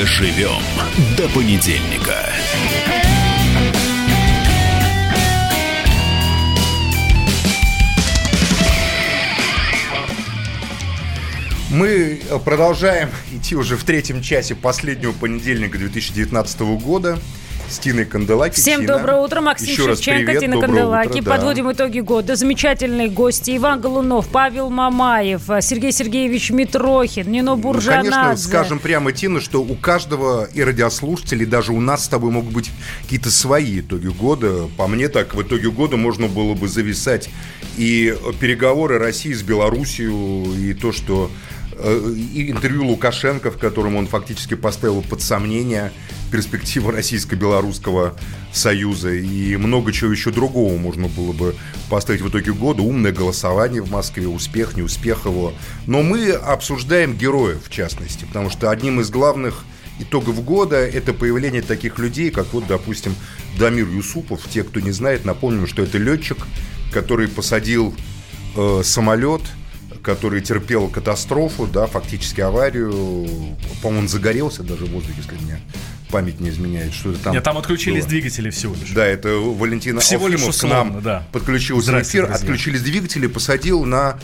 Доживем до понедельника. Мы продолжаем идти уже в третьем часе последнего понедельника 2019 года с Тиной Канделаки. Всем Тина, доброе утро, Максим Шевченко, Тина Канделаки. Да. Подводим итоги года. Замечательные гости: Иван Голунов, Павел Мамаев, Сергей Сергеевич Митрохин, Нино Буржанадзе. Ну, конечно, скажем прямо, Тина, что у каждого и радиослушателей, даже у нас с тобой могут быть какие-то свои итоги года. По мне так, в итоге года можно было бы зависать и переговоры России с Белоруссией, и то, что и интервью Лукашенко, в котором он фактически поставил под сомнение перспективу российско-белорусского союза, и много чего еще другого можно было бы поставить в итоге года. Умное голосование в Москве, успех, неуспех его. Но мы обсуждаем героев, в частности, потому что одним из главных итогов года это появление таких людей, как вот, допустим, Дамир Юсупов. Те, кто не знает, напомним, что это летчик, который посадил самолет, который терпел катастрофу, да, фактически аварию. По-моему, он загорелся даже в воздухе, если меня память не изменяет. Что это там. Нет, там отключились было. Двигатели всего лишь. Да, это Валентина Алфимов к нам подключился в эфир. Отключились двигатели, посадил на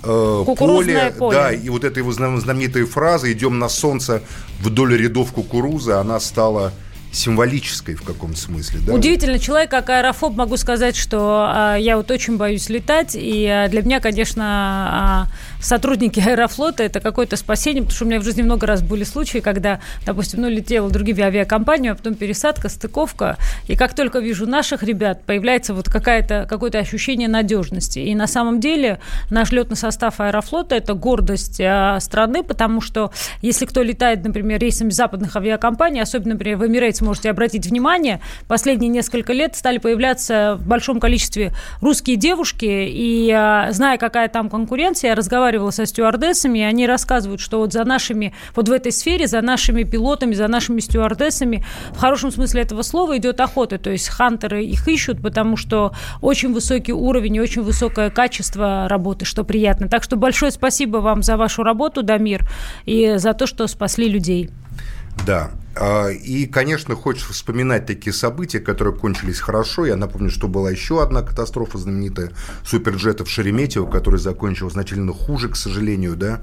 поле. Да, и вот эта его знаменитая фраза «идем на солнце вдоль рядов кукурузы», она стала символической в каком-то смысле, да? Удивительный человек, как аэрофоб, могу сказать, что я вот очень боюсь летать, и для меня, конечно, сотрудники Аэрофлота — это какое-то спасение, потому что у меня в жизни много раз были случаи, когда, допустим, летела в другие авиакомпании, а потом пересадка, стыковка, и как только вижу наших ребят, появляется вот какое-то ощущение надежности. И на самом деле наш летный состав Аэрофлота — это гордость страны, потому что если кто летает, например, рейсами западных авиакомпаний, особенно, например, в Emirates, можете обратить внимание, последние несколько лет стали появляться в большом количестве русские девушки, и зная, какая там конкуренция, я разговаривала со стюардессами, и они рассказывают, что вот за нашими, вот в этой сфере, за нашими пилотами, за нашими стюардессами, в хорошем смысле этого слова, идет охота, то есть хантеры их ищут, потому что очень высокий уровень и очень высокое качество работы, что приятно. Так что большое спасибо вам за вашу работу, Дамир, и за то, что спасли людей. Да, и, конечно, хочется вспоминать такие события, которые кончились хорошо. Я напомню, что была еще одна катастрофа знаменитая суперджета в Шереметьево, которая закончилась значительно хуже, к сожалению, да.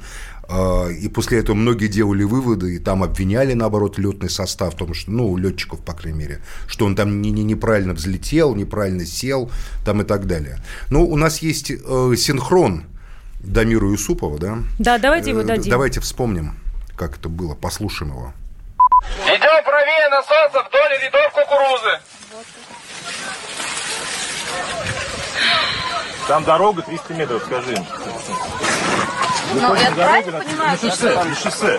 И после этого многие делали выводы, и там обвиняли, наоборот, летный состав в том, что, летчиков, по крайней мере, что он там неправильно взлетел, неправильно сел, там и так далее. Но у нас есть синхрон Дамира Юсупова, да? Да, давайте его дадим. Давайте вспомним, как это было, послушаем его. Идем правее на солнце вдоль рядов кукурузы. Там дорога 300 метров, скажи им. Я правильно понимаю? Шоссе.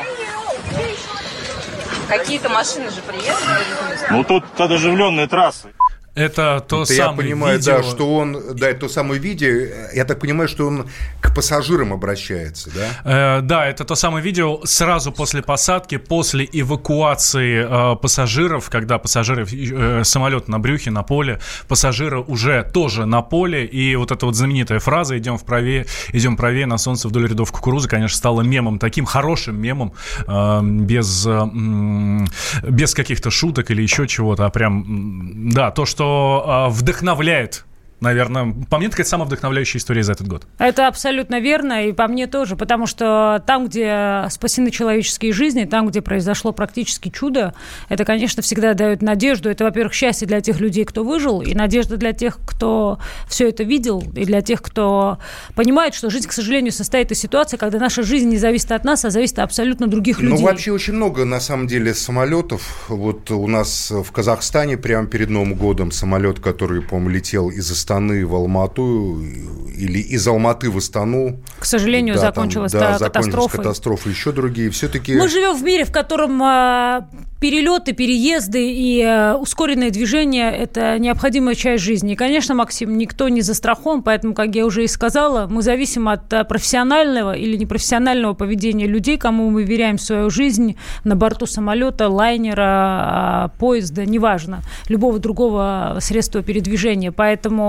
Какие-то машины же приехали. Тут оживленные трассы. Это то самое я понимаю, видео. Да, что он, да, это то самое видео. Я так понимаю, что он к пассажирам обращается, да? Да, это то самое видео сразу после посадки, после эвакуации пассажиров, когда пассажиры, самолет на брюхе, на поле, пассажиры уже тоже на поле, и вот эта вот знаменитая фраза «идем правее на солнце вдоль рядов кукурузы», конечно, стала мемом, таким хорошим мемом, без каких-то шуток или еще чего-то, а прям, да, то, что вдохновляет, наверное, по мне, такая самая вдохновляющая история за этот год. Это абсолютно верно, и по мне тоже, потому что там, где спасены человеческие жизни, там, где произошло практически чудо, это, конечно, всегда дает надежду. Это, во-первых, счастье для тех людей, кто выжил, и надежда для тех, кто все это видел, и для тех, кто понимает, что жизнь, к сожалению, состоит из ситуации, когда наша жизнь не зависит от нас, а зависит от абсолютно других людей. Вообще очень много, на самом деле, самолетов. Вот у нас в Казахстане прямо перед Новым годом самолет, который, по-моему, летел из Астаны в Алмату или из Алматы в Астану. К сожалению, закончилась катастрофа. Еще другие. Все-таки... Мы живем в мире, в котором перелеты, переезды и ускоренное движение – это необходимая часть жизни. И, конечно, Максим, никто не застрахован, поэтому, как я уже и сказала, мы зависим от профессионального или непрофессионального поведения людей, кому мы веряем свою жизнь на борту самолета, лайнера, поезда, неважно, любого другого средства передвижения. Поэтому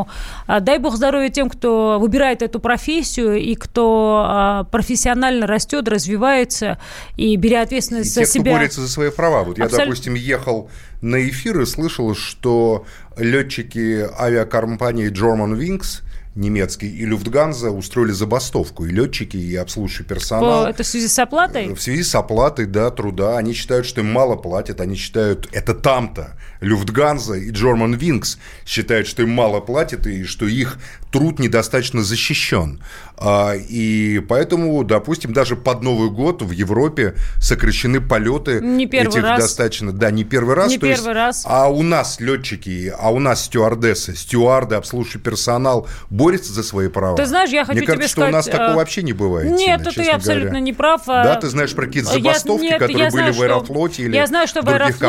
Поэтому дай бог здоровья тем, кто выбирает эту профессию и кто профессионально растет, развивается и беря ответственность за себя. Кто борется за свои права. Вот я, допустим, ехал на эфир и слышал, что летчики авиакомпании Germanwings немецкий и Люфтганза устроили забастовку. И летчики, и обслуживающий персонал. Это в связи с оплатой? В связи с оплатой, да, труда. Они считают, что им мало платят. Они считают, это там-то. Люфтганза и Germanwings считают, что им мало платят и что их труд недостаточно защищен. И поэтому, допустим, даже под Новый год в Европе сокращены полеты этих достаточно... Да, не первый раз. Не первый раз. А у нас летчики, а у нас стюардессы, стюарды, обслуживающий персонал борются за свои права. Ты знаешь, я хочу тебе сказать... Мне кажется, что у нас такого вообще не бывает. Нет, Тина, ты абсолютно не прав. Да, ты знаешь про какие-то забастовки, которые были в Аэрофлоте или в других компаниях? Я знаю, что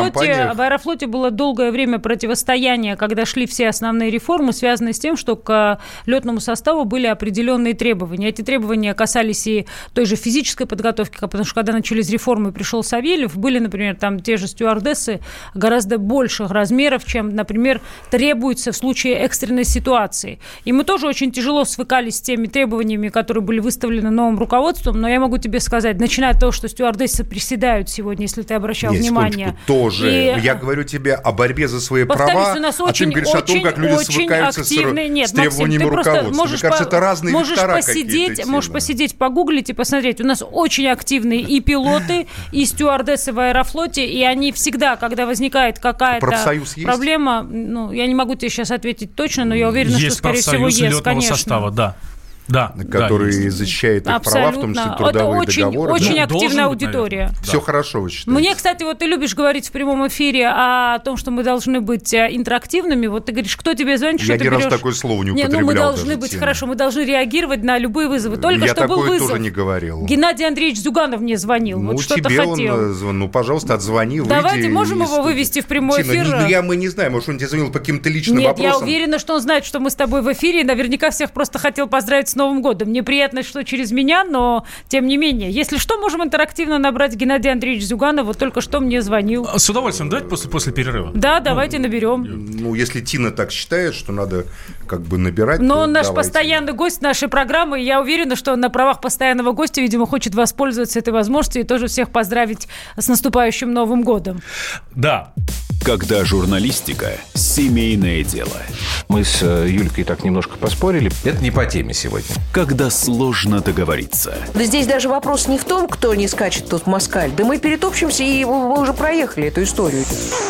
в Аэрофлоте было долгое время противостояние, когда шли все основные реформы, связанные с тем, что к летному составу были определенные требования. Эти требования касались и той же физической подготовки, потому что когда начались реформы, пришел Савельев, были, например, там те же стюардессы гораздо больших размеров, чем, например, требуется в случае экстренной ситуации. И мы тоже очень тяжело свыкались с теми требованиями, которые были выставлены новым руководством, но я могу тебе сказать, начиная от того, что стюардессы приседают сегодня, если ты обращал внимание. Тоже. Я говорю тебе о борьбе за свои права, а ты говоришь о том, как люди свыкаются с требованиями руководства. Мне кажется, это разные вектора какие-то. Можешь посидеть, погуглить и посмотреть. У нас очень активные и пилоты, и стюардессы в Аэрофлоте, и они всегда, когда возникает какая-то проблема, я не могу тебе сейчас ответить точно, но я уверена, что, скорее всего, есть, конечно. Состава, да, который защищает их права, в том числе трудовые договоры. Это очень активная аудитория. Все хорошо, вы считаете? Мне, кстати, вот ты любишь говорить в прямом эфире о том, что мы должны быть интерактивными. Вот ты говоришь, кто тебе звонит, что ты берешь? Я ни разу такое слово не употреблял. Мы должны быть, хорошо, мы должны реагировать на любые вызовы. Только я что был вызов. Я такое тоже не говорил. Геннадий Андреевич Зюганов мне звонил. Вот что-то хотел. Пожалуйста, отзвони, выйди. Давайте, можем его вывести в прямой эфир? Мы не знаем, может, он тебе звонил по каким-то личным вопросам. Нет, я уверена, что он знает, что мы с тобой в эфире, и наверняка всех просто хотел поздравить с Новым годом. Мне приятно, что через меня, но тем не менее. Если что, можем интерактивно набрать Геннадия Андреевича Зюганова. Вот только что мне звонил. С удовольствием, давайте после перерыва. Да, давайте наберем. Если Тина так считает, что надо набирать, но он наш постоянный гость нашей программы, и я уверена, что он на правах постоянного гостя, видимо, хочет воспользоваться этой возможностью и тоже всех поздравить с наступающим Новым годом. Да. Когда журналистика – семейное дело. Мы с Юлькой так немножко поспорили. Это не по теме сегодня. Когда сложно договориться. Да здесь даже вопрос не в том, кто не скачет тут москаль. Да мы перетопчемся, и мы уже проехали эту историю.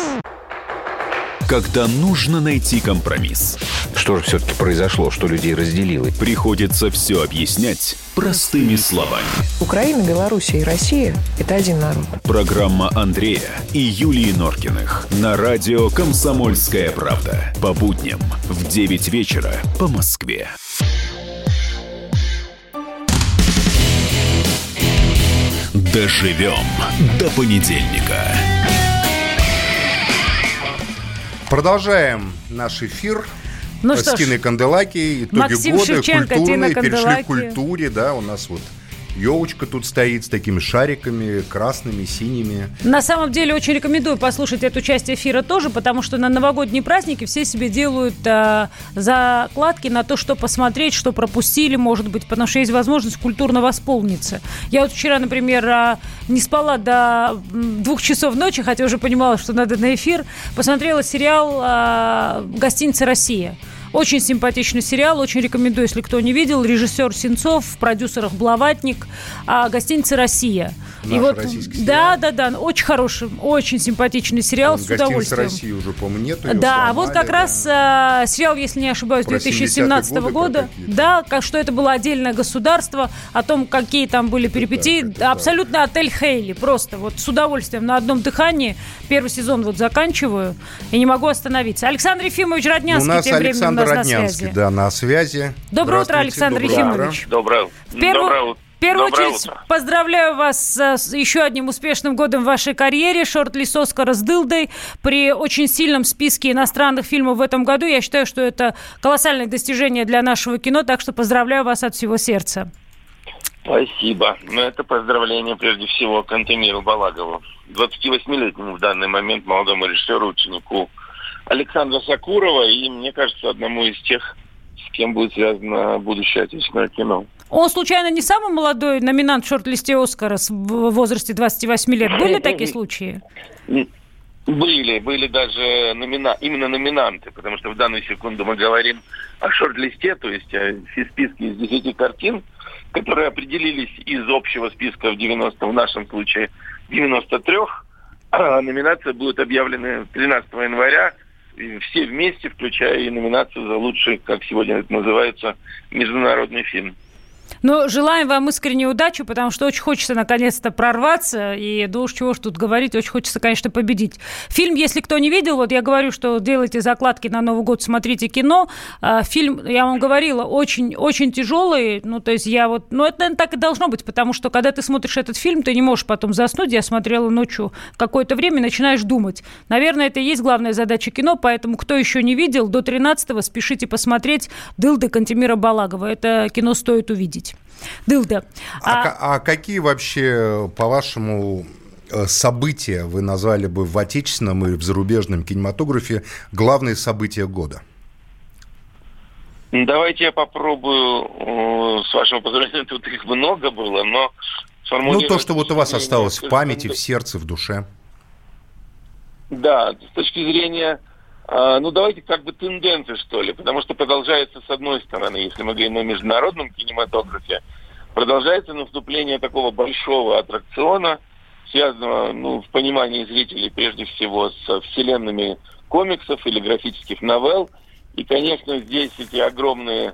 Когда нужно найти компромисс. Что же все-таки произошло, что людей разделило? Приходится все объяснять простыми словами. Украина, Белоруссия и Россия – это один народ. Программа Андрея и Юлии Норкиных на радио «Комсомольская правда». По будням в 9 вечера по Москве. Доживем до понедельника. Продолжаем наш эфир с Тиной Канделаки. Итоги Максим года, Шевченко, культурные, Тина перешли Канделаки. к культуре. Да, у нас вот елочка тут стоит с такими шариками, красными, синими. На самом деле очень рекомендую послушать эту часть эфира тоже, потому что на новогодние праздники все себе делают закладки на то, что посмотреть, что пропустили, может быть, потому что есть возможность культурно восполниться. Я вот вчера, например, не спала до 2 часов ночи, хотя уже понимала, что надо на эфир, посмотрела сериал «Гостиница «Россия». Очень симпатичный сериал, очень рекомендую, если кто не видел. Режиссер Сенцов, в продюсерах Блаватник, «Гостиница «Россия». Наш российский сериал. Да, очень хороший, очень симпатичный сериал, с удовольствием. «Гостиница «Россия» уже, по-моему, нету. Да, вот как раз сериал, если не ошибаюсь, 2017 года. Да, что это было отдельное государство, о том, какие там были перипетии. Да, абсолютно отель Хейли, просто вот с удовольствием на одном дыхании. Первый сезон вот заканчиваю и не могу остановиться. Александр Ефимович Роднянский тем временем у нас на связи. Да, на связи. Доброе утро, Александр Ефимович. Доброе утро. В первую очередь поздравляю вас с еще одним успешным годом в вашей карьере. Шорт-лист «Оскара» с «Дылдой» при очень сильном списке иностранных фильмов в этом году. Я считаю, что это колоссальное достижение для нашего кино, так что поздравляю вас от всего сердца. Спасибо. Но это поздравление прежде всего к Антимиру Балагову, 28-летнему в данный момент молодому режиссеру, ученику Александра Сакурова, и, мне кажется, одному из тех с кем будет связано будущее отечественного кино. Он, случайно, не самый молодой номинант в шорт-листе «Оскара» в возрасте 28 лет? Были такие случаи? Были даже именно номинанты, потому что в данную секунду мы говорим о шорт-листе, то есть о списке из 10 картин, которые определились из общего списка в нашем случае 93, а номинации будут объявлены 13 января, все вместе, включая и номинацию за лучший, как сегодня это называется, международный фильм. Ну, желаем вам искренней удачи, потому что очень хочется наконец-то прорваться, и да уж чего ж тут говорить, очень хочется, конечно, победить. Фильм, если кто не видел, вот я говорю, что делайте закладки на Новый год, смотрите кино. Фильм, я вам говорила, очень, очень тяжелый, ну, то есть это, наверное, так и должно быть, потому что, когда ты смотришь этот фильм, ты не можешь потом заснуть. Я смотрела ночью какое-то время, начинаешь думать. Наверное, это и есть главная задача кино, поэтому, кто еще не видел, до 13-го спешите посмотреть «Дылды» Кантемира Балагова. Это кино стоит увидеть. Дылда. А какие вообще, по-вашему, события вы назвали бы в отечественном и в зарубежном кинематографе главные события года? Давайте я попробую, с вашего позволения, тут их много было, но сформулировать... Ну, то, что вот у вас осталось в памяти, в сердце, в душе. Да, с точки зрения... давайте тенденции, что ли, потому что продолжается, с одной стороны, если мы говорим о международном кинематографе, продолжается наступление такого большого аттракциона, связанного, в понимании зрителей, прежде всего, с вселенными комиксов или графических новелл. И, конечно, здесь эти огромные,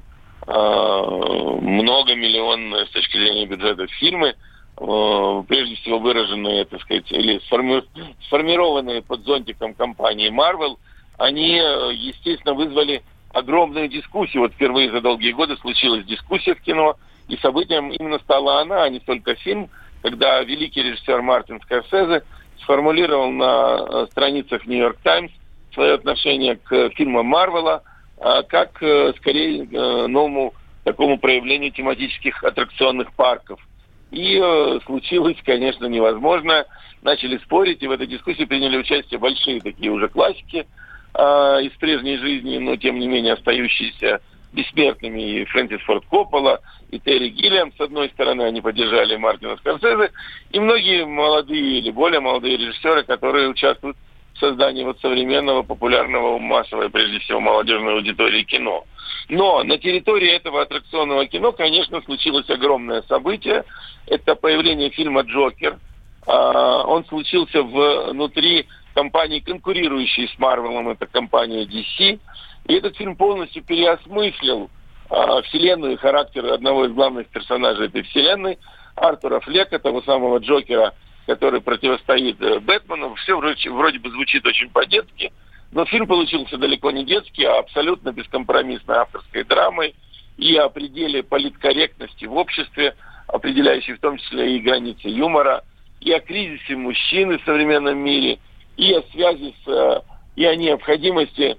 многомиллионные с точки зрения бюджета фильмы, прежде всего выраженные, так сказать, или сформированные под зонтиком компании Marvel, они, естественно, вызвали огромную дискуссию. Вот впервые за долгие годы случилась дискуссия в кино, и событием именно стала она, а не столько фильм, когда великий режиссер Мартин Скорсезе сформулировал на страницах «Нью-Йорк Таймс» свое отношение к фильмам Марвела как, скорее, новому такому проявлению тематических аттракционных парков. И случилось, конечно, невозможно. Начали спорить, и в этой дискуссии приняли участие большие такие уже классики из прежней жизни, но тем не менее остающиеся бессмертными, и Фрэнсис Форд Коппола, и Терри Гиллиам, с одной стороны, они поддержали Мартина Скорсезе, и многие молодые или более молодые режиссеры, которые участвуют в создании современного, популярного, массовой, прежде всего, молодежной аудитории кино. Но на территории этого аттракционного кино, конечно, случилось огромное событие. Это появление фильма «Джокер». Он случился внутри компании, конкурирующей с Марвелом, это компания DC. И этот фильм полностью переосмыслил вселенную и характер одного из главных персонажей этой вселенной, Артура Флека, того самого Джокера, который противостоит Бэтмену. Все вроде бы звучит очень по-детски, но фильм получился далеко не детский, а абсолютно бескомпромиссной авторской драмой и о пределе политкорректности в обществе, определяющей в том числе и границы юмора, и о кризисе мужчины в современном мире, и о связи и о необходимости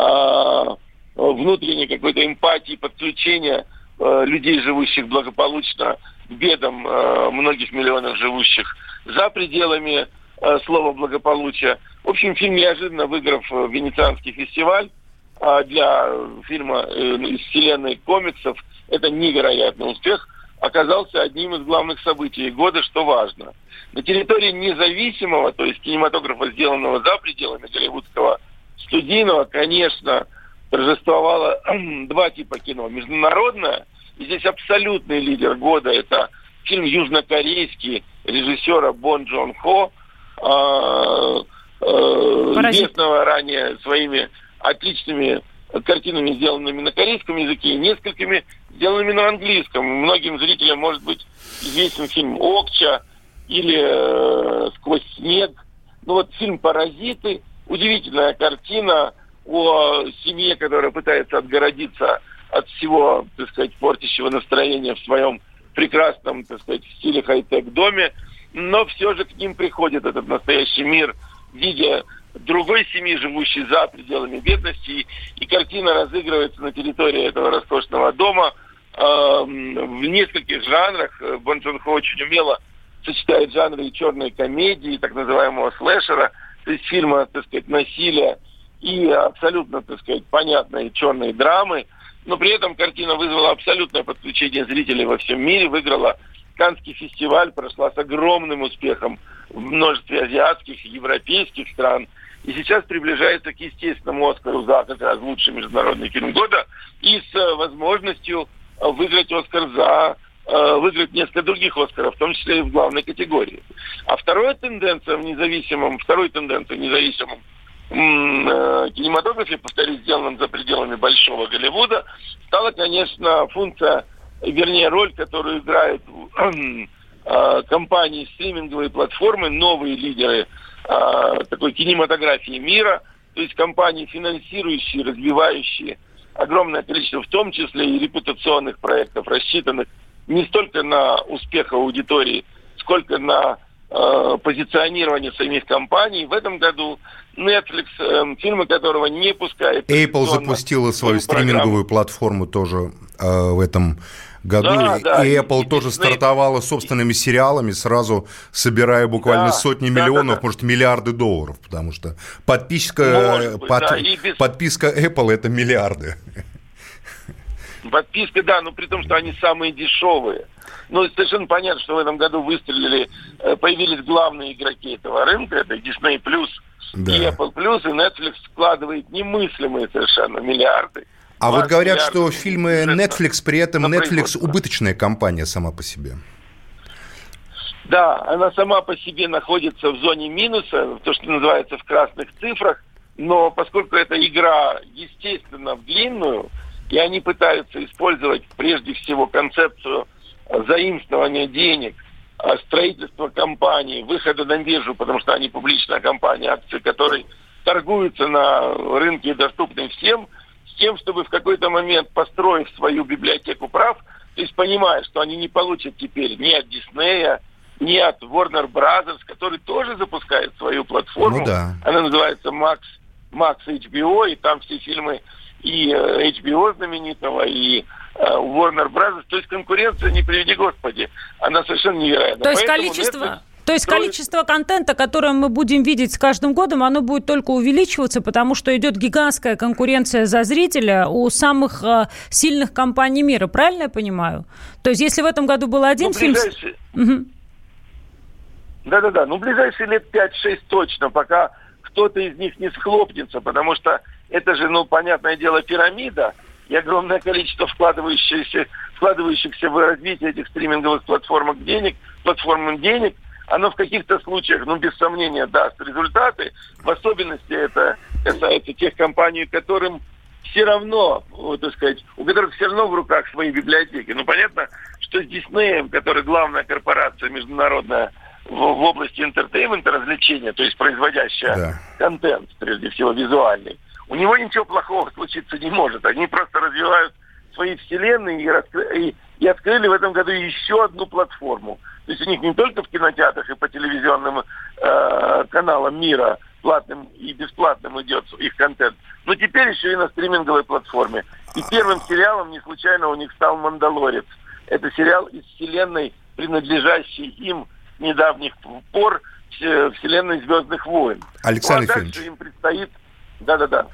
внутренней какой-то эмпатии, подключения людей, живущих благополучно, к бедам многих миллионов живущих за пределами слова благополучия. В общем, фильм неожиданно выиграв Венецианский фестиваль для фильма из вселенной комиксов, это невероятный успех, оказался одним из главных событий года, что важно. На территории независимого, то есть кинематографа, сделанного за пределами голливудского студийного, конечно, торжествовало два типа кино. Международное, и здесь абсолютный лидер года, это фильм южнокорейский режиссера Бон Джон Хо, известного ранее своими отличными картинами, сделанными на корейском языке, и несколькими сделанными на английском. Многим зрителям может быть известен фильм «Окча» или «Сквозь снег». Фильм «Паразиты», удивительная картина о семье, которая пытается отгородиться от всего, так сказать, портящего настроения в своем прекрасном, так сказать, в стиле хай-тек доме, но все же к ним приходит этот настоящий мир в виде другой семьи, живущей за пределами бедности, и картина разыгрывается на территории этого роскошного дома в нескольких жанрах. Бон Джон Хо очень умело сочетает жанры и черной комедии, и так называемого слэшера, то есть фильма, так сказать, насилия, и абсолютно, так сказать, понятной черной драмы. но при этом картина вызвала абсолютное подключение зрителей во всем мире, выиграла Каннский фестиваль, прошла с огромным успехом в множестве азиатских и европейских стран. И сейчас приближается к естественному Оскару за как раз лучший международный фильм года и с возможностью выиграть Оскар за выиграть несколько других Оскаров, в том числе и в главной категории. А второй тенденцией в независимом кинематографе, повторюсь, сделанном за пределами большого Голливуда, стала, конечно, роль, которую играют компании, стриминговые платформы, новые лидеры такой кинематографии мира, то есть компании, финансирующие, развивающие огромное количество, в том числе и репутационных проектов, рассчитанных не столько на успех аудитории, сколько на позиционирование самих компаний. В этом году Netflix, фильмы которого не пускает... Apple запустила свою стриминговую платформу тоже в этом году. Да, и Apple тоже стартовала собственными сериалами, сразу собирая буквально сотни миллионов, может, миллиарды долларов, потому что подписка Apple – это миллиарды. Подписка, да, но при том, что они самые дешевые. Ну, совершенно понятно, что в этом году появились главные игроки этого рынка, это Disney+, и Apple+, и Netflix складывает немыслимые совершенно миллиарды. А вот говорят, что фильмы Netflix, при этом Netflix убыточная компания сама по себе. Да, она сама по себе находится в зоне минуса, то, что называется в красных цифрах, но поскольку эта игра, естественно, в длинную, и они пытаются использовать прежде всего концепцию заимствования денег, строительства компании, выхода на биржу, потому что они публичная компания, акции которой торгуются на рынке, доступны всем, с тем, чтобы в какой-то момент, построив свою библиотеку прав, то есть понимая, что они не получат теперь ни от Диснея, ни от Warner Brothers, который тоже запускает свою платформу. Ну, да. Она называется Max HBO, и там все фильмы и HBO знаменитого, и Warner Brothers. То есть конкуренция, не приведи Господи, она совершенно невероятна. То есть количество контента, которое мы будем видеть с каждым годом, оно будет только увеличиваться, потому что идет гигантская конкуренция за зрителя у самых сильных компаний мира. Правильно я понимаю? То есть если в этом году был один фильм... Да-да-да, ближайшие лет 5-6 точно, пока кто-то из них не схлопнется, потому что это же, понятное дело, пирамида, и огромное количество вкладывающихся в развитие этих стриминговых платформ денег, оно в каких-то случаях, без сомнения, даст результаты. В особенности это касается тех компаний, которым все равно, у которых все равно в руках свои библиотеки. Понятно, что с Диснеем, который главная корпорация международная в области интертеймента, развлечения, то есть производящая контент, прежде всего визуальный, у него ничего плохого случиться не может. Они просто развивают свои вселенные и открыли в этом году еще одну платформу. То есть у них не только в кинотеатрах и по телевизионным каналам мира платным и бесплатным идет их контент, но теперь еще и на стриминговой платформе. И первым сериалом не случайно у них стал «Мандалорец». Это сериал из вселенной, принадлежащей им с недавних пор вселенной «Звездных войн». Александр Ефимович. Дальше им предстоит... Да-да-да.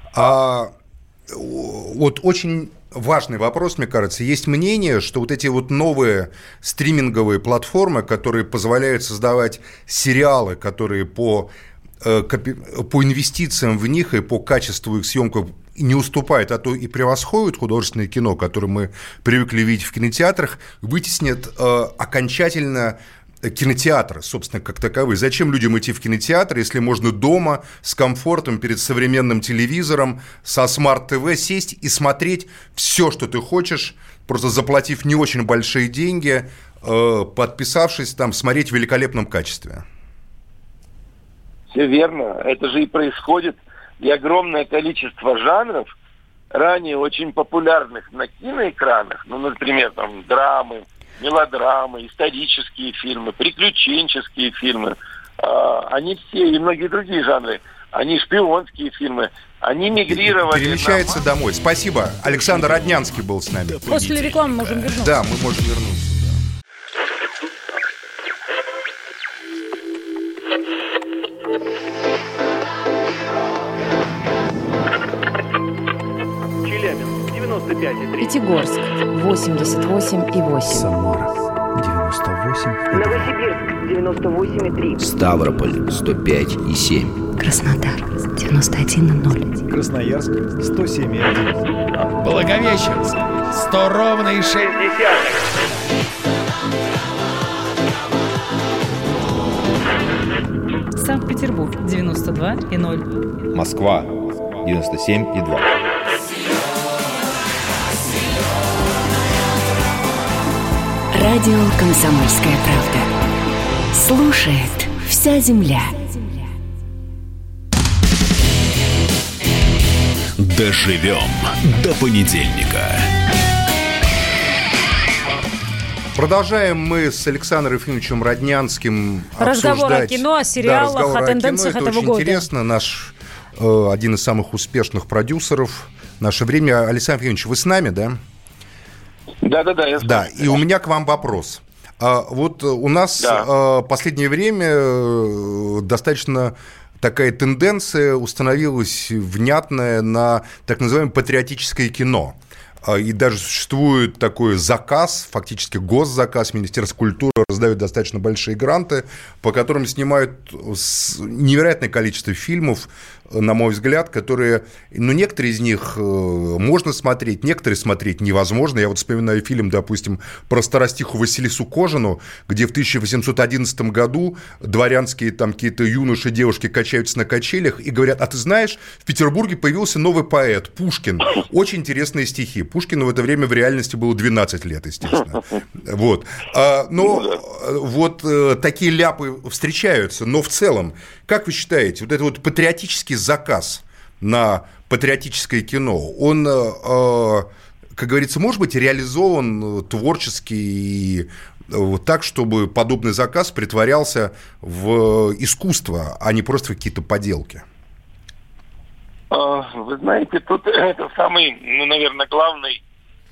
Вот очень важный вопрос, мне кажется. Есть мнение, что вот эти вот новые стриминговые платформы, которые позволяют создавать сериалы, которые по инвестициям в них и по качеству их съемок не уступают, а то и превосходят художественное кино, которое мы привыкли видеть в кинотеатрах, вытеснят окончательно кинотеатры, собственно, как таковые. Зачем людям идти в кинотеатр, если можно дома с комфортом перед современным телевизором, со смарт-ТВ сесть и смотреть все, что ты хочешь, просто заплатив не очень большие деньги, подписавшись, смотреть в великолепном качестве? Все верно. Это же и происходит. И огромное количество жанров, ранее очень популярных на киноэкранах, например, драмы, мелодрамы, исторические фильмы, приключенческие фильмы, они все, и многие другие жанры, они шпионские фильмы, они мигрировали... Перемещается домой. Спасибо. Александр Роднянский был с нами. После рекламы можем вернуться. Да, мы можем вернуться. 95,3. Пятигорск 88,8. Самара 98,2. Новосибирск 98,3. Ставрополь 105,7. Краснодар 91,0. Красноярск 107,1. Благовещенск 100,6. Санкт-Петербург 92,0. Москва 97,2. Радио «Комсомольская правда». Слушает вся земля. Доживем до понедельника. Продолжаем мы с Александром Ефимовичем Роднянским разговор о кино, о сериалах, о тенденциях этого года. Это очень интересно. Наш один из самых успешных продюсеров в наше время. Александр Ефимович, вы с нами, да? Да, я слышу. Да, и у меня к вам вопрос. Вот у нас в последнее время достаточно такая тенденция установилась внятная на так называемое патриотическое кино. И даже существует такой заказ, фактически госзаказ, Министерство культуры раздает достаточно большие гранты, по которым снимают невероятное количество фильмов, на мой взгляд, которые, некоторые из них можно смотреть, некоторые смотреть невозможно. Я вот вспоминаю фильм, допустим, про старостиху Василису Кожину, где в 1811 году дворянские там какие-то юноши, девушки качаются на качелях и говорят: а ты знаешь, в Петербурге появился новый поэт Пушкин. Очень интересные стихи. Пушкину в это время в реальности было 12 лет, естественно. Вот. Но вот такие ляпы встречаются. Но в целом, как вы считаете, вот это вот патриотический заказ на патриотическое кино, он, как говорится, может быть реализован творчески так, чтобы подобный заказ притворялся в искусство, а не просто в какие-то поделки? Вы знаете, тут это самый, наверное, главный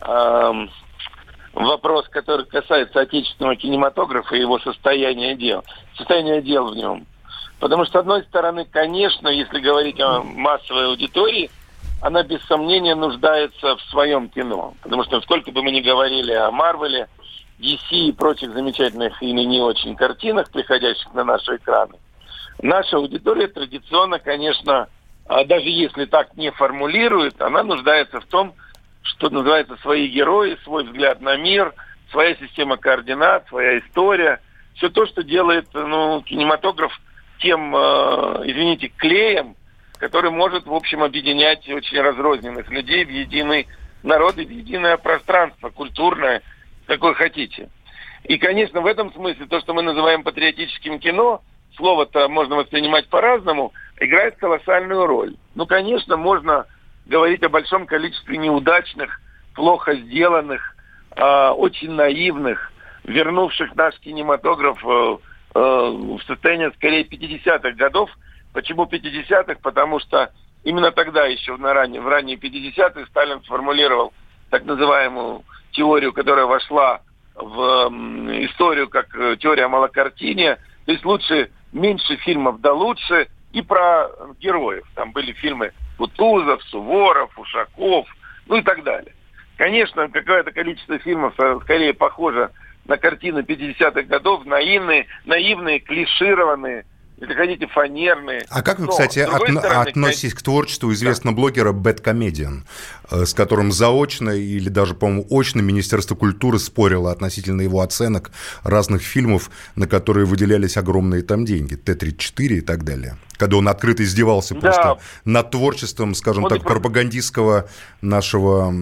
вопрос, который касается отечественного кинематографа и его состояния дел в нем. Потому что, с одной стороны, конечно, если говорить о массовой аудитории, она без сомнения нуждается в своем кино. Потому что сколько бы мы ни говорили о Марвеле, DC и прочих замечательных или не очень картинах, приходящих на наши экраны, наша аудитория традиционно, конечно, даже если так не формулирует, она нуждается в том, что называется свои герои, свой взгляд на мир, своя система координат, своя история. Все то, что делает кинематограф тем, клеем, который может, в общем, объединять очень разрозненных людей в единый народ и в единое пространство, культурное, какое хотите. И, конечно, в этом смысле то, что мы называем патриотическим кино, слово-то можно воспринимать по-разному, играет колоссальную роль. Конечно, можно говорить о большом количестве неудачных, плохо сделанных, очень наивных, вернувших наш кинематограф в состояние, скорее, 50-х годов. Почему 50-х? Потому что именно тогда, еще в ранние 50-е, Сталин сформулировал так называемую теорию, которая вошла в историю как теория малокартиния. То есть меньше фильмов, да лучше. И про героев. Там были фильмы Кутузов, Суворов, Ушаков, и так далее. Конечно, какое-то количество фильмов скорее похоже на картины 50-х годов, наивные, клишированные, если хотите, фанерные. А как вы, кстати, относитесь к творчеству известного блогера Bad Comedian, с которым заочно или даже, по-моему, очно Министерство культуры спорило относительно его оценок разных фильмов, на которые выделялись огромные там деньги, Т-34 и так далее, когда он открыто издевался просто над творчеством, скажем так, пропагандистского нашего,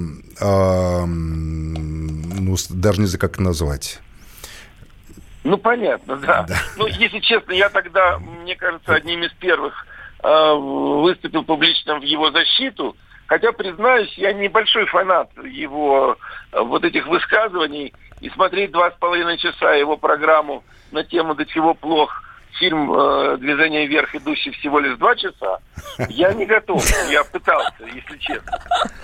даже не знаю, как это назвать. Понятно, да. Если честно, я тогда, мне кажется, одним из первых выступил публично в его защиту, хотя, признаюсь, я небольшой фанат его вот этих высказываний, и смотреть 2,5 часа его программу на тему «До чего плох фильм «Движение вверх», идущий всего лишь 2 часа, я не готов. Я пытался, если честно.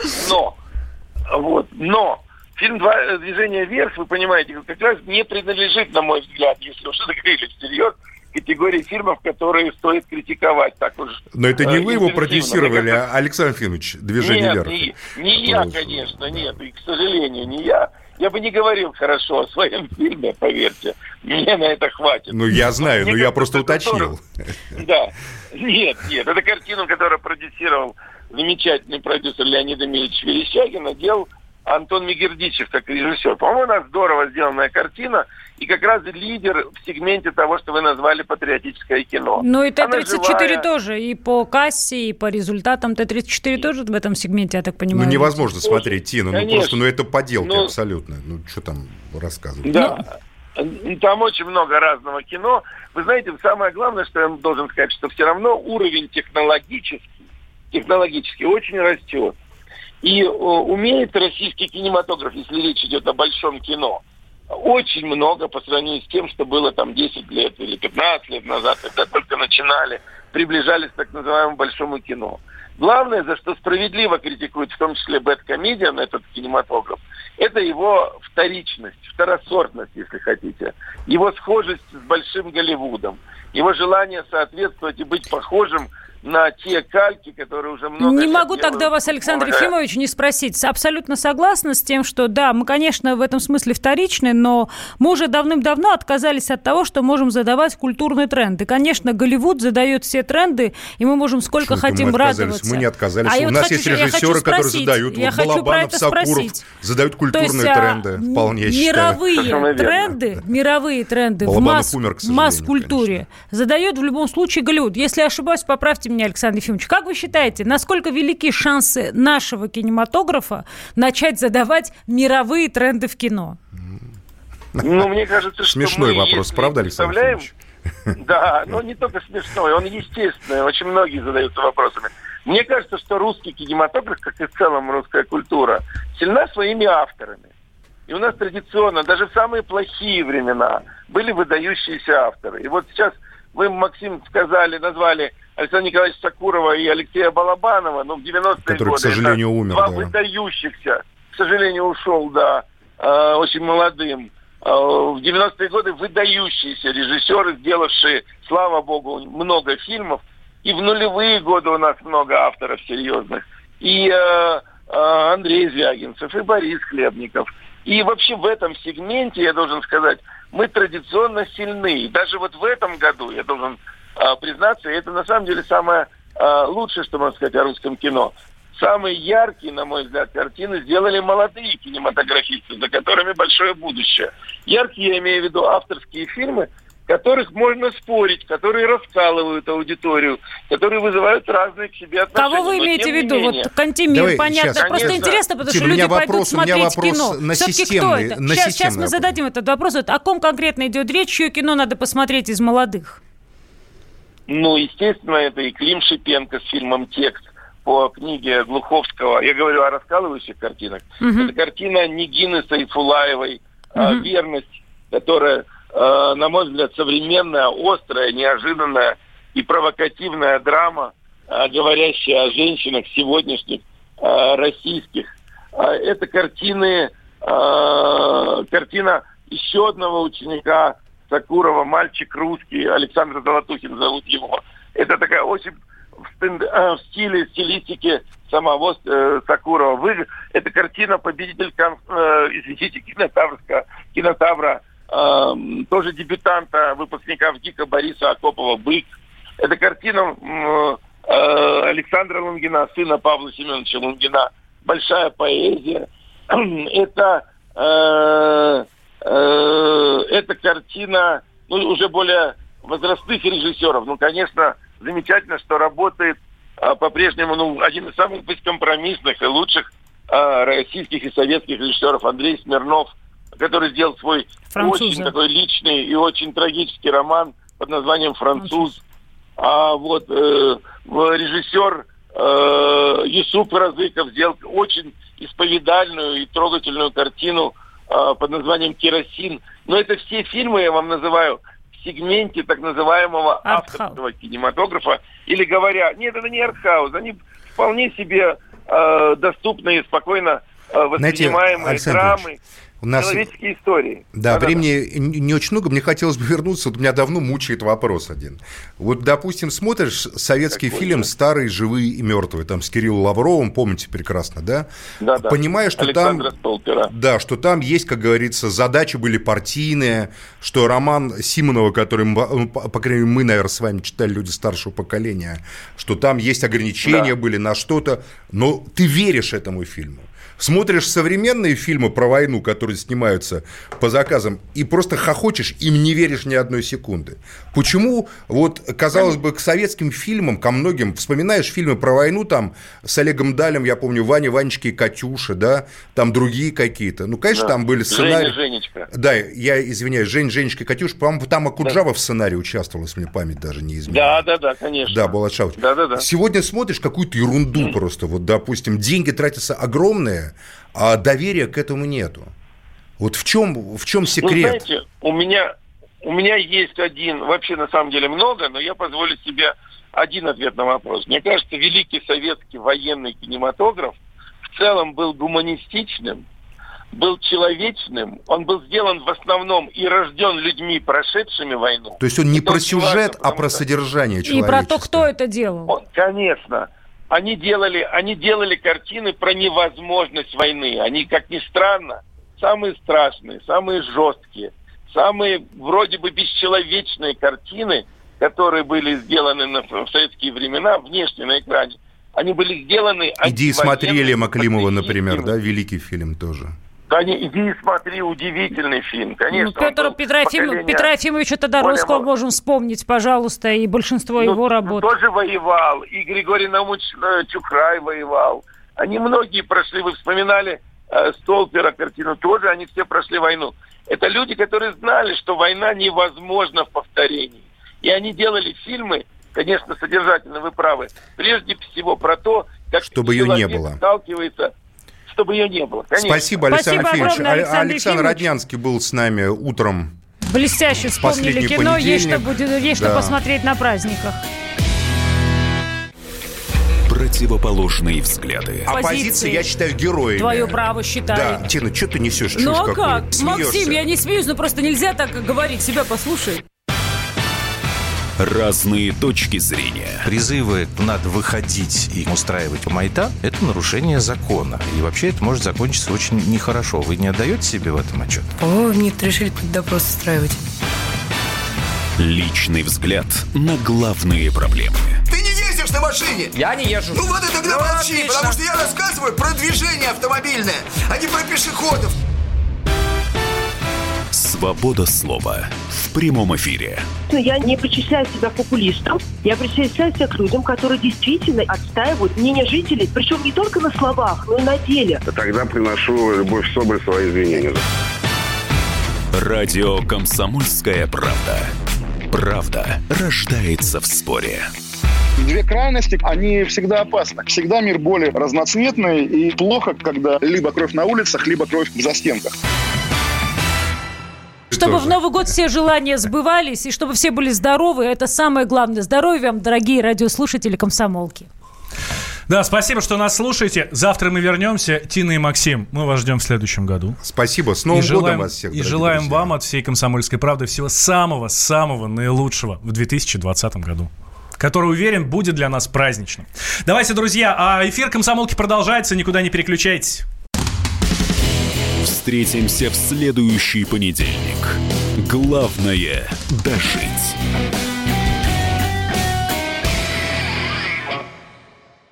Но фильм «Движение вверх», вы понимаете, как раз не принадлежит, на мой взгляд, если уж это говорили всерьез, категории фильмов, которые стоит критиковать. Так уж. Но это не вы его продюсировали, а Александр Ефимович, «Движение вверх». Не я, конечно, нет, и, к сожалению, не я. Я бы не говорил хорошо о своем фильме, поверьте. Мне на это хватит. Ну, я знаю, но я просто уточнил. Да. Нет. Это картину, которую продюсировал замечательный продюсер Леонид Эмильевич Верещагин, делал Антон Мегердичев как режиссер. По-моему, у нас здорово сделанная картина. И как раз лидер в сегменте того, что вы назвали патриотическое кино. Ну и Т-34 тоже. И по кассе, и по результатам Т-34 тоже в этом сегменте, я так понимаю. Ну невозможно смотреть, Тина. Просто, это поделки абсолютно. Ну что там рассказывать? Да. Там очень много разного кино. Вы знаете, самое главное, что я должен сказать, что все равно уровень технологически очень растет. И умеет российский кинематограф, если речь идет о большом кино, очень много по сравнению с тем, что было там 10 лет или 15 лет назад, когда только начинали, приближались к так называемому большому кино. Главное, за что справедливо критикуют, в том числе Бэдкомедиан, этот кинематограф, это его вторичность, второсортность, если хотите. Его схожесть с большим Голливудом, его желание соответствовать и быть похожим на те кальки, которые уже много Не могу тогда вас, Александр Ефимович, не спросить. Абсолютно согласна с тем, что да, мы, конечно, в этом смысле вторичны, но мы уже давным-давно отказались от того, что можем задавать культурный тренд. И, конечно, Голливуд задает все тренды, и мы можем сколько хотим радоваться. Мы не отказались. У нас есть режиссеры, которые задают. Вот Балабанов, Сакуров задают культурные тренды. Вполне мировые тренды в масс-культуре задает в любом случае Голливуд. Если я ошибаюсь, поправьте меня, Александр Ефимович, как вы считаете, насколько велики шансы нашего кинематографа начать задавать мировые тренды в кино? Ну, мне кажется, что смешной вопрос, правда, Александр Ефимович? Да, но не только смешной, он естественный, очень многие задаются вопросами. Мне кажется, что русский кинематограф, как и в целом русская культура, сильна своими авторами. И у нас традиционно, даже в самые плохие времена, были выдающиеся авторы. И вот сейчас вы, Максим, назвали Александра Николаевича Сакурова и Алексея Балабанова, в 90-е который, годы. К сожалению, умер, два выдающихся, к сожалению, ушел, очень молодым. В 90-е годы выдающиеся режиссеры, сделавшие, слава богу, много фильмов. И в нулевые годы у нас много авторов серьезных. И Андрей Звягинцев, и Борис Хлебников. И вообще в этом сегменте, я должен сказать, мы традиционно сильны. И даже вот в этом году, я должен признаться, это на самом деле самое лучшее, что можно сказать о русском кино. Самые яркие, на мой взгляд, картины сделали молодые кинематографисты, за которыми большое будущее. Яркие, я имею в виду авторские фильмы, в которых можно спорить, которые раскалывают аудиторию, которые вызывают разные к себе отношения. Кого вы имеете в виду? Вот Кантемир, понятно. Сейчас. Просто интересно, потому что люди пойдут смотреть кино. Все-таки кто это? Сейчас мы зададим этот вопрос. О ком конкретно идет речь, чье кино надо посмотреть из молодых? Естественно, это и Клим Шипенко с фильмом «Текст» по книге Глуховского. Я говорю о раскалывающих картинах. Это картина Нигины Сайфулаевой «Верность», которая, на мой взгляд, современная, острая, неожиданная и провокативная драма, говорящая о женщинах сегодняшних, российских. Это картина еще одного ученика Сакурова, мальчик русский, Александр Золотухин зовут его. Это такая очень в стилистике самого Сакурова. Это картина победитель кинотавра, тоже дебютанта, выпускника ВГИКа Бориса Акопова «Бык». Это картина Александра Лунгина, сына Павла Семеновича Лунгина, «Большая поэзия». Это картина уже более возрастных режиссеров. Конечно, замечательно, что работает по-прежнему один из самых бескомпромиссных и лучших российских и советских режиссеров Андрей Смирнов, который сделал свой очень такой личный и очень трагический роман под названием «Француз». Режиссер Юсуп Разыков сделал очень исповедальную и трогательную картину под названием «Керосин». Но это все фильмы, я вам называю, в сегменте так называемого авторского кинематографа. Или говоря, нет, это не артхаус, они вполне себе доступные и спокойно воспринимаемые драмы. У нас... Человеческие истории. Да, времени не очень много. Мне хотелось бы вернуться. Вот меня давно мучает вопрос один. Вот, допустим, смотришь советский фильм «Старые, живые и мертвые», там с Кириллом Лавровым, помните прекрасно, да? Да. Понимаешь, что Александра там... Столпера. Да, что там есть, как говорится, задачи были партийные, что роман Симонова, который, по крайней мере, мы, наверное, с вами читали, люди старшего поколения, что там есть ограничения были на что-то, но ты веришь этому фильму. Смотришь современные фильмы про войну, которые снимаются по заказам, и просто хохочешь, им не веришь ни одной секунды. Почему, вот, казалось бы, к советским фильмам, ко многим, вспоминаешь фильмы про войну, там, с Олегом Далем, я помню, Ваня, Ванечка и Катюша, да, там другие какие-то. Ну, конечно, там были сценарии. Женечка. Да, я извиняюсь, Женечка и Катюша, по-моему, там Акуджава в сценарии участвовала, если мне память даже не изменяет. Да, конечно. Да, Балашавович. Да. Сегодня смотришь какую-то ерунду просто, вот, допустим, деньги тратятся огромные, а доверия к этому нету. Вот в чем секрет? Ну, знаете, у меня есть один, вообще на самом деле много, но я позволю себе один ответ на вопрос. Мне кажется, великий советский военный кинематограф в целом был гуманистичным, был человечным, он был сделан в основном и рожден людьми, прошедшими войну. То есть он не про сюжет, а про содержание человечества. И про то, кто это делал. Конечно. Они делали картины про невозможность войны. Они, как ни странно, самые страшные, самые жесткие, самые вроде бы бесчеловечные картины, которые были сделаны в советские времена, внешне на экране, они были сделаны... «Иди и смотри» Илья Климова, например, да, великий фильм тоже. «Иди и смотри», удивительный фильм, конечно. Петра Ефимовича Тодоровского можем вспомнить, пожалуйста, и большинство его работ. Тоже воевал, и Григорий Наумович Чухрай воевал. Они многие прошли, вы вспоминали Столпера картину, тоже они все прошли войну. Это люди, которые знали, что война невозможна в повторении. И они делали фильмы, конечно, содержательно, вы правы, прежде всего про то, как чтобы ее не было. Сталкивается... Чтобы ее не было, конечно. Спасибо, Александр Ефимович. Александр Роднянский был с нами утром. Блестяще вспомнили кино, есть что посмотреть на праздниках. Противоположные взгляды. Оппозиция, я считаю, героями. Твое право считаю. Да, Тина, что ты несешь? Ну а как? Максим, я не смеюсь, но просто нельзя так говорить. Себя послушай. Разные точки зрения. Призывы «надо выходить и устраивать майдан» — это нарушение закона. И вообще это может закончиться очень нехорошо. Вы не отдаете себе в этом отчет? Нет, решили допрос устраивать. Личный взгляд на главные проблемы. Ты не ездишь на машине? Я не езжу. Ну вот и тогда молчи, отлично. Потому что я рассказываю про движение автомобильное, а не про пешеходов. Свобода слова в прямом эфире. Я не причисляю себя популистом. Я причисляю себя к людям, которые действительно отстаивают мнение жителей. Причем не только на словах, но и на деле. Тогда приношу Любовь Соболь свои извинения. Радио «Комсомольская правда». Правда рождается в споре. Две крайности, они всегда опасны. Всегда мир более разноцветный, и плохо, когда либо кровь на улицах, либо кровь в застенках. Чтобы в Новый год все желания сбывались, и чтобы все были здоровы, это самое главное. Здоровья вам, дорогие радиослушатели комсомолки. Да, спасибо, что нас слушаете. Завтра мы вернемся. Тина и Максим, мы вас ждем в следующем году. Спасибо. С Новым годом вас всех, и желаем друзья. Вам от всей «Комсомольской правды» всего самого-самого наилучшего в 2020 году, который, уверен, будет для нас праздничным. Давайте, друзья, а эфир «Комсомолки» продолжается. Никуда не переключайтесь. Встретимся в следующий понедельник. Главное – дожить.